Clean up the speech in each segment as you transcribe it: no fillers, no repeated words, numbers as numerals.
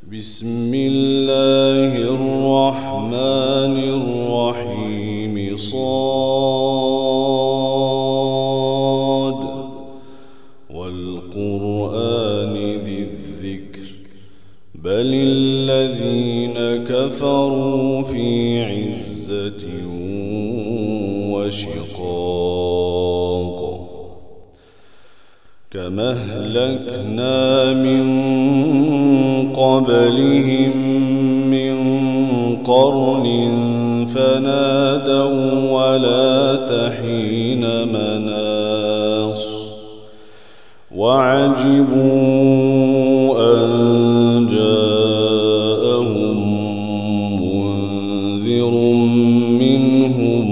بسم الله الرحمن الرحيم صاد والقرآن ذي الذكر بل الذين كفروا في عزة وشقاق كما أهلكنا من قبلهم من قرن فنادوا ولا تحين مناص وعجبوا أن جاءهم منذر منهم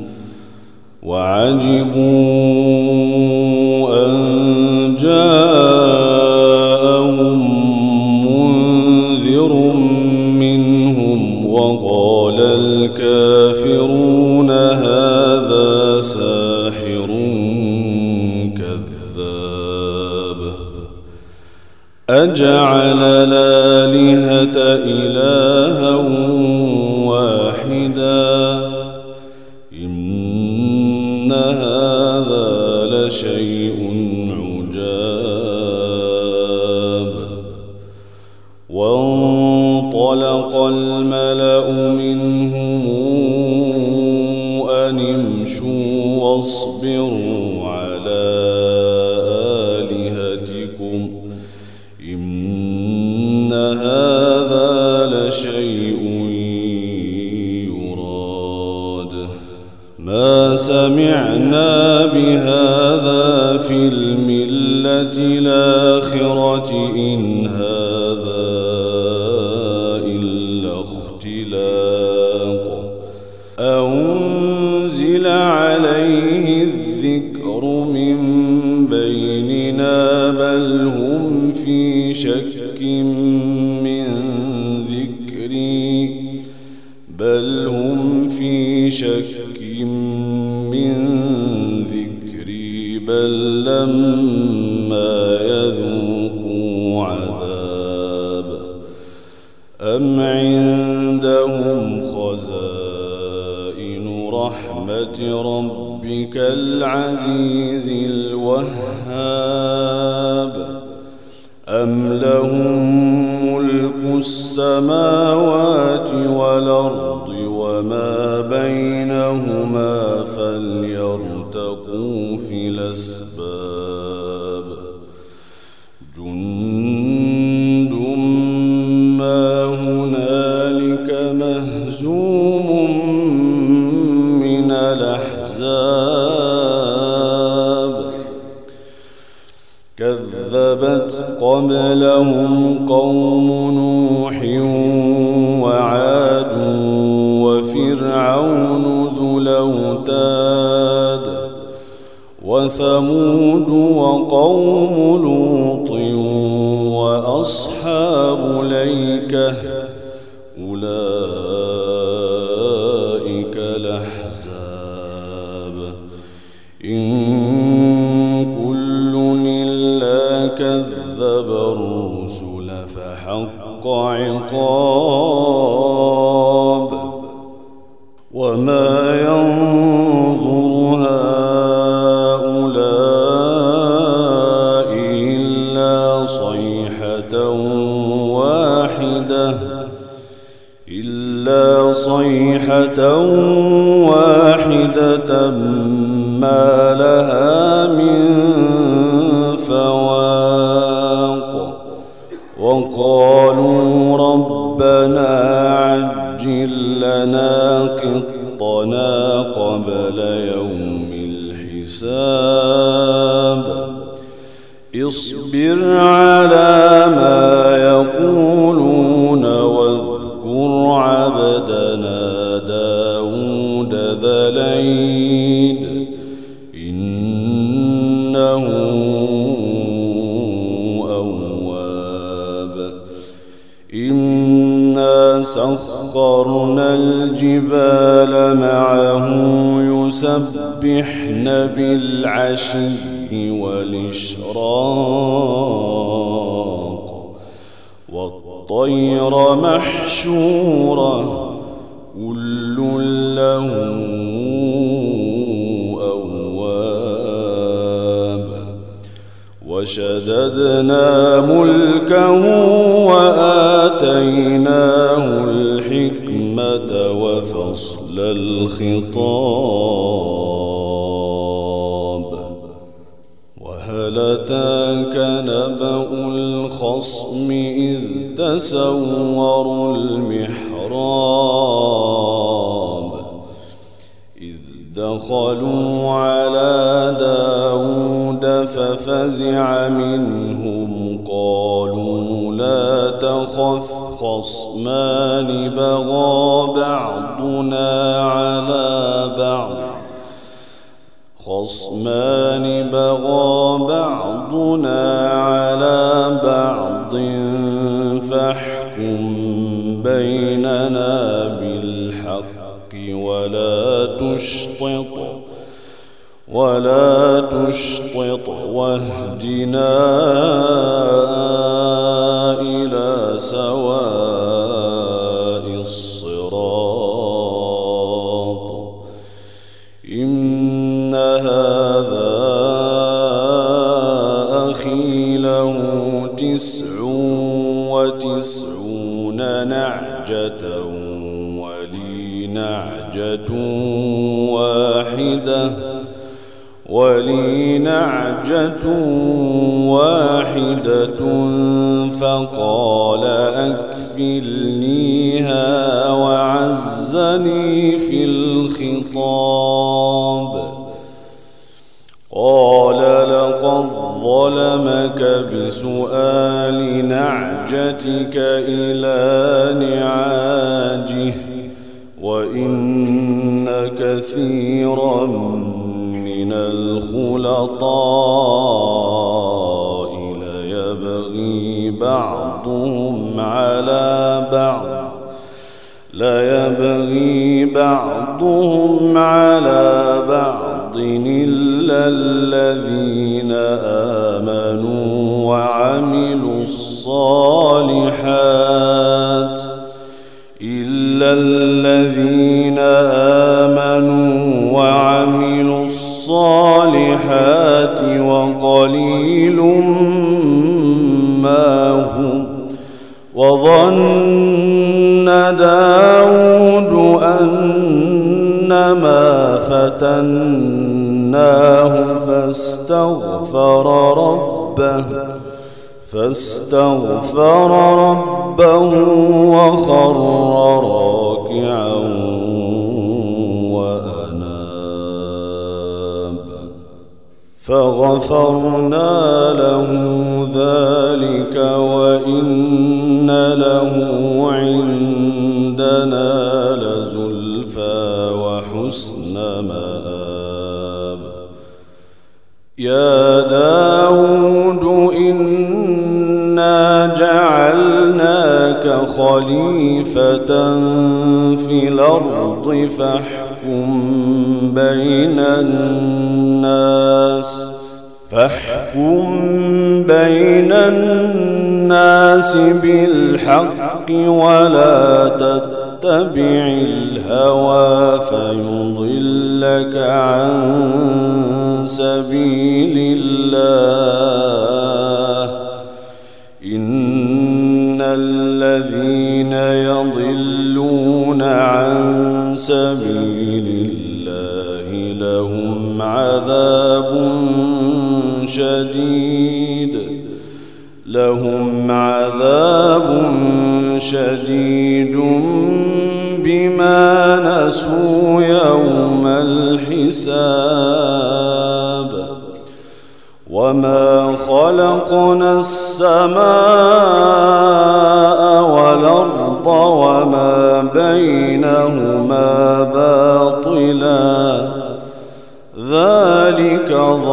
وقال الكافرون هذا ساحر كذاب أجعل الآلهة إلها واحدا إن هذا لشيء عجاب وانطلق الملأ منهم أن امشوا واصبروا على آلهتكم إن هذا لشيء يراد ما سمعنا بهذا في الملة الآخرة إن هذا إلا اختلاق أنزل عليه الذكر من بيننا بل هم في شك من ذكري بل لما يذوقوا عذاب أم عندهم خزائن رحمة ربك العزيز الوهاب أم لهم ملك السماوات والأرض وما بينهما فليرتقوا في الأسباب جند ما هنالك مهزوم من الأحزاب كذبت قبلهم قوم نوح وعاد وفرعون ذو الأوتاد وثمود وقوم لوط وأصحاب الأيكة أولئك الأحزاب إن كل إلا كذب الرسل فحق عقاب وما ينظر هؤلاء إلا صيحة واحدة ما لها من فواق وقالوا ربنا عجل لنا قطنا قبل يوم الحساب اصبر على ما يقولون واذكر عبدنا داود ذا الأيد إنه أواب إنا سخرنا الجبال معه يسبحن بالعشي والإشراق والطير محشورة كل له أواب وشددنا ملكه وآتيناه الحكمة وفصل الخطاب وهل أتاك نبأ الخصم إذ تسوروا المحراب إذ دخلوا على داود ففزع منهم قالوا لا تخف خصمان بغى بعضنا على بعض فاحكم بيننا بالحق ولا تشطط واهدنا إلى سواء الصراط إن هذا أخي له 99 نعجة ولي نعجة واحدة فقال أكفلنيها وعزني في الخطاب قال لقد ظلمك بسؤال نعجتك إلى نعاجه وإن كثيرا من الخلطاء ليبغي بعضهم على بعض إلا الذين آمنوا وعملوا الصالحات وقليل ما هم وظن داود أنما فتناه فاستغفر ربه وخر راكعا وأناب فغفرنا له ذلك وإن له عندنا لزلفى وحسن مآب يا داود إنا جعلناك خليفة في الأرض فاحكم بين الناس بالحق ولا تتبع الهوى فيضلك عن سبيل الله إن الذين يضلون عن سبيل الله لهم عذاب شديد بما نسوا يوم الحساب وما خلقنا السماء والأرض وما بينهما باطلا ذلك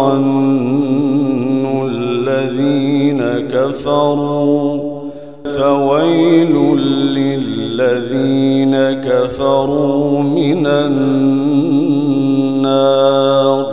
ظن الذين كفروا فويل للذين كفروا من النار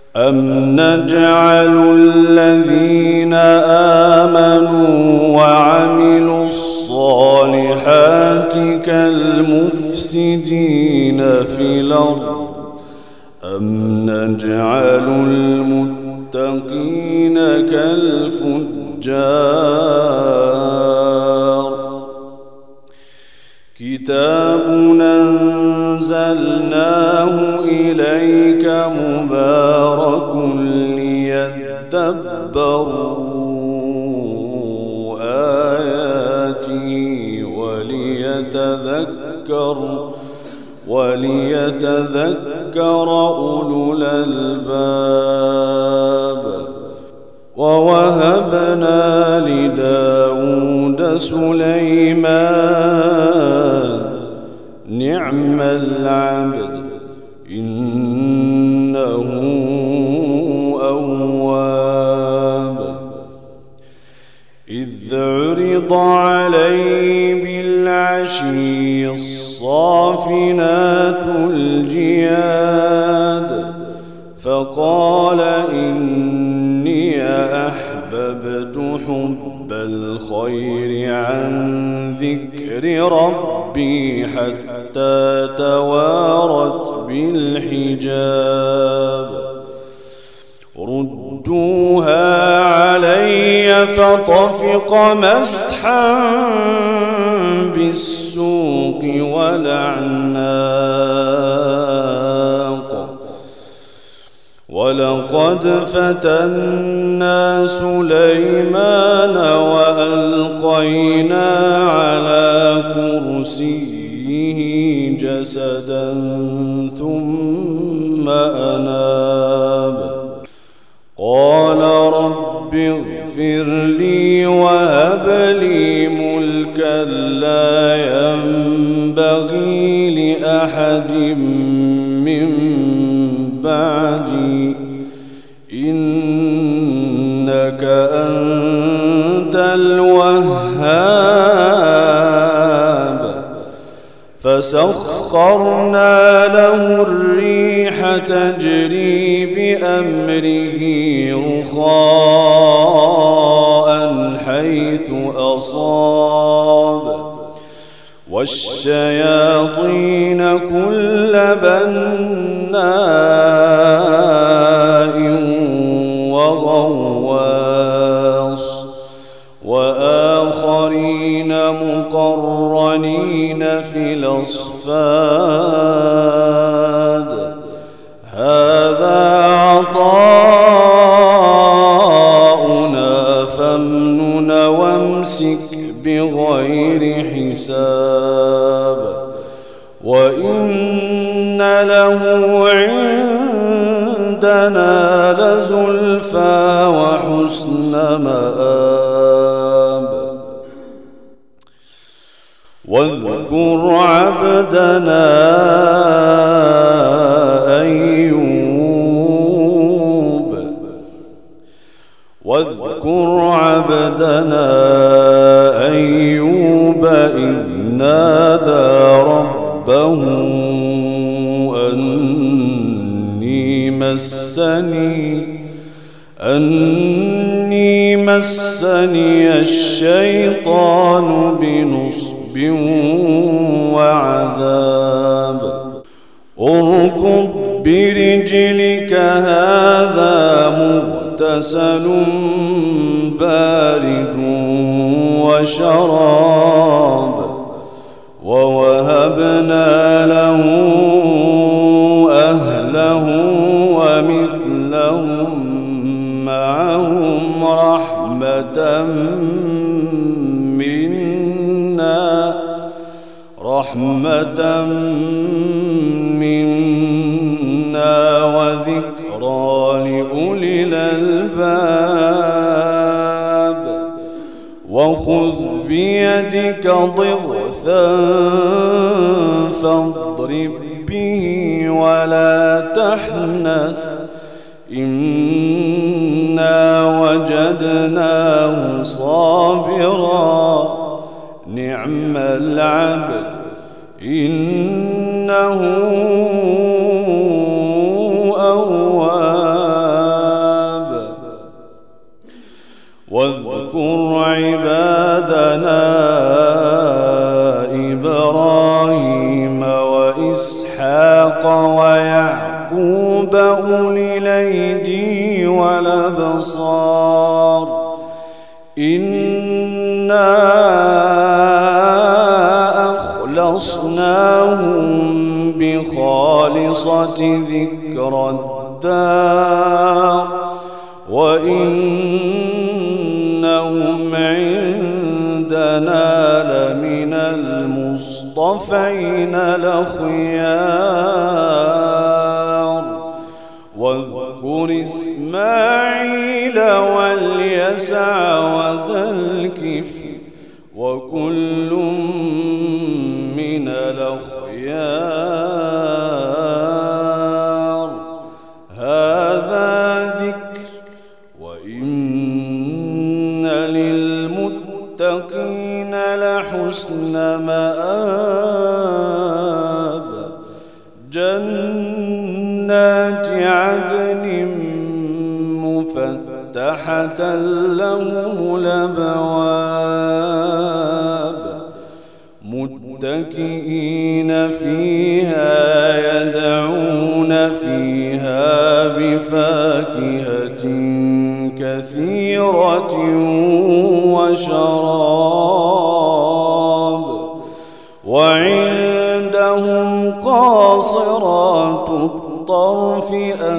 أم نجعل الذين آمنوا المفسدين في الأرض أم نجعل المتقين كالفجار كتاب أنزلناه إليك مبارك ليدبروا آياته وليتذكر أولو الألباب ووهبنا لداود سليمان نعم العبد إنه أواب إذ عرض عليه بالعشي الصافنات الجياد فقال إني أحببت حب الخير عن ذكر ربي حتى توارت بالحجاب ردوها علي فطفق مسحا بالسوق والأعناق ولقد فتنا سليمان وألقينا على كرسيه جسدا ثم أناب قال رب اغفر لي وهب لي ملكا لا ينبغي لأحد من بعدي إنك أنت الوهاب فسخرنا له الريح تجري بأمره رخاء حيث أصاب والشياطين كل بناء وغواص وآخرين مقرنين في الأصفاد هذا عطاؤنا فامنن وامسك بغير حساب وإن له عندنا لزلفى وحسن مآب واذكر عبدنا أيوب إذ نادى ربه أني مسني الشيطان بنصب وعذاب اركض برجلك هذا مغتسل بارد وشراب ووهبنا له أهله ومثلهم معهم رحمة منا وذكرى لأولي الألباب وخذ بيدك ضغثا فاضرب به ولا تحنث إنا وجدناه صابرا نعم العبد إنه أواب واذكر عبادنا إبراهيم إنا أخلصناهم بخالصة ذكر الدار وإنهم عندنا لمن المصطفين الأخيار واذكر إسماعيل واليسع وذا الكفل وكل من الأخيار هذا ذكر وإن للمتقين لحسن مآب جنات عدن مفتحة لهم الأبواب متكئين فيها يدعون فيها بفاكهة كثيرة وشراب وعندهم قاصرات الطرف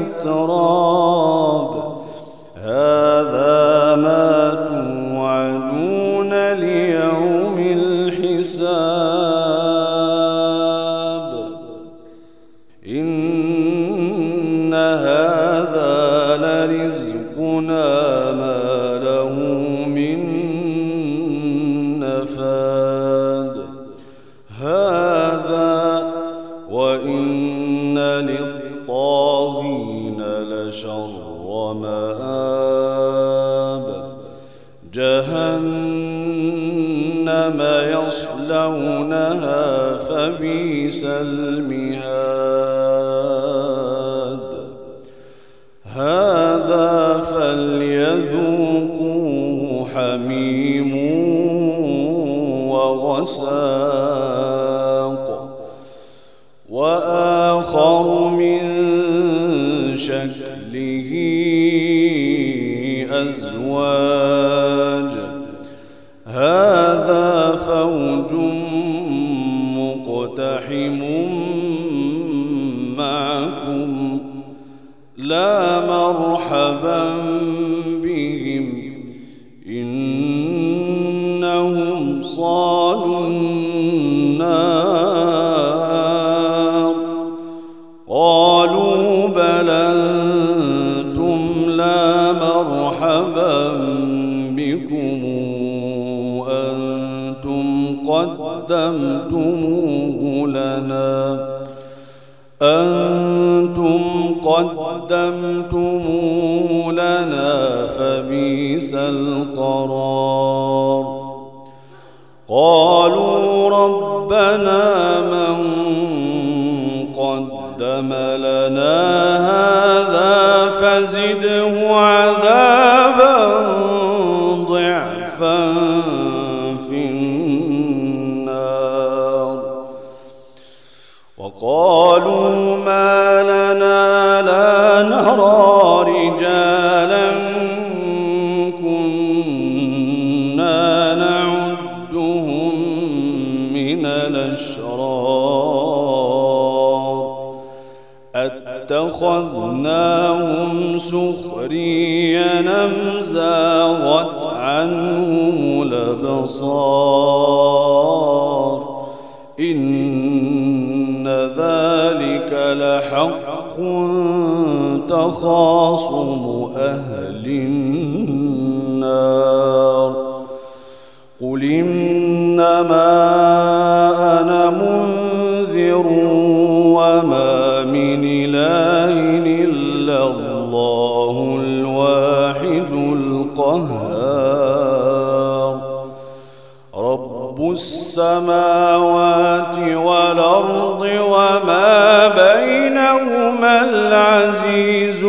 أتراب هذا ما توعدون ليوم الحساب إن هذا لرزقنا ما له من نفاد هذا وإن للطاغين لشر مآب جهنم يصلونها فبئس المهاد هذا فليذوقوه حميم وغساق وآخر من شكله أزواج هذا فوج مقتحم معكم لا مرحبا بهم إنهم صالوا النار قالوا بل أنتم لا مرحبا بكم أنتم قدمتموه لنا فبئس القرار قالوا ربنا من قدم لنا هذا فزده عذابا ضعفا في النار وقالوا ما لنا لا نرى رجالا كنا نعدهم من الأشرار أتخذناهم سخريا أم زاغت عنهم الأبصار إن ذلك لحق تخاصم أهل النار قل إنما أنا منذر وما من إله إلا الله الواحد القهار رب السماوات والأرض وما بينهما العزيز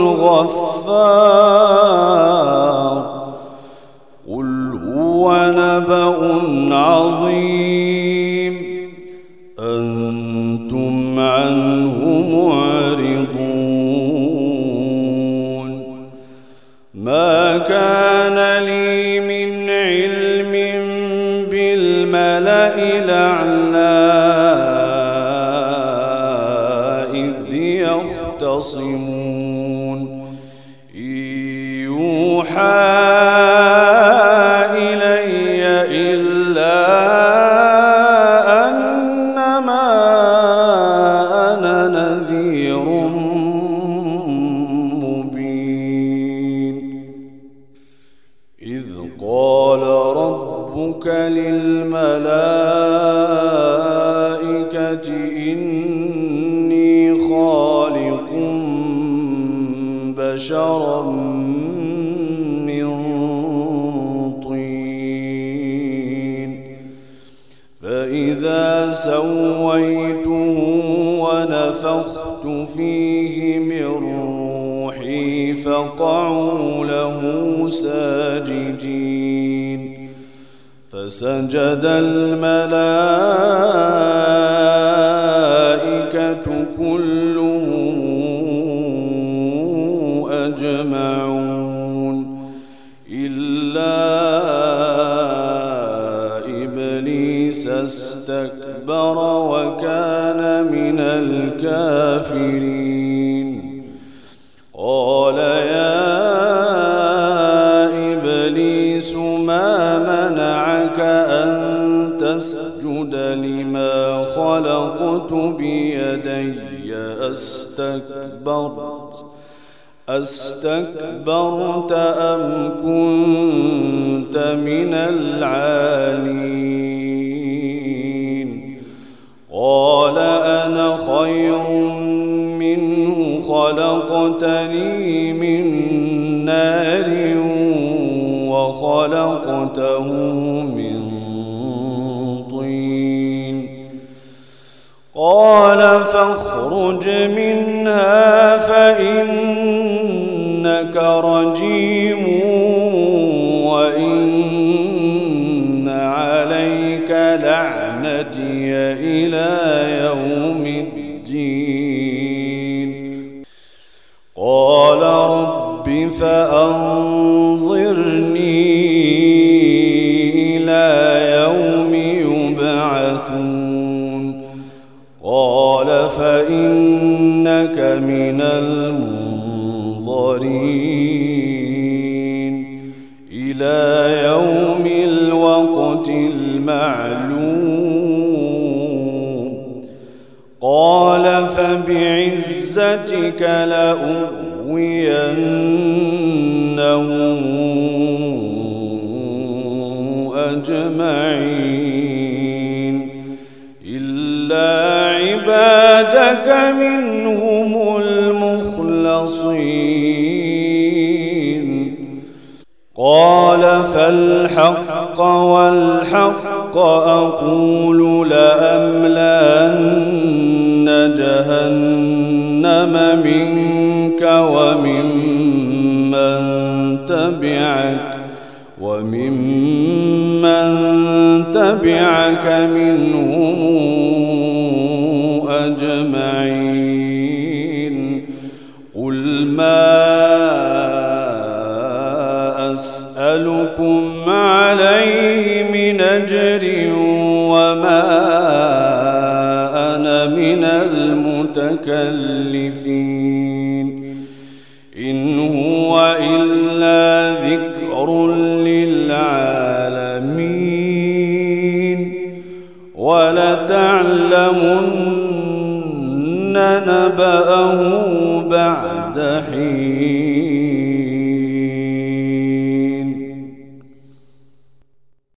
الغفار قل هو نبأ عظيم أنتم عنه معرضون ما كان لي من علم الأعلى إذ يختصمون يوحى إلي إلا أنما أنا نذير مبين إذ قال ربك للملائكة إني خالق بشرا من طين فإذا سويته ونفخت فيه من روحي فقعوا له ساجدين فسجد الملائكة كلهم أجمعون إلا إبليس استكبر وكان من الكافرين قال يا إبليس ما منعك أن تسجد لما خلقت بيدي أستكبرت أم كنت من العالين قال أنا خير منه خلقتني من نار وخلقته من طين قال فاخرج منها فإنك رجيم وإن عليك لعنتي إلى يوم الدين قال رب فأنظرني إلى يوم يبعثون قال فإنك من المنظرين إلى يوم الوقت المعلوم قال فبعزتك لأغوينهم أجمعين إلا عبادك منهم المخلصين قال فالحق والحق أقول لأملأن جهنم منك وممن تبعك منهم أجمعين قل ما أسألكم عليه من أجر وما أنا من المتكلفين إن هو إلا ذكر للعالمين ولتعلمن نبأه بعد حين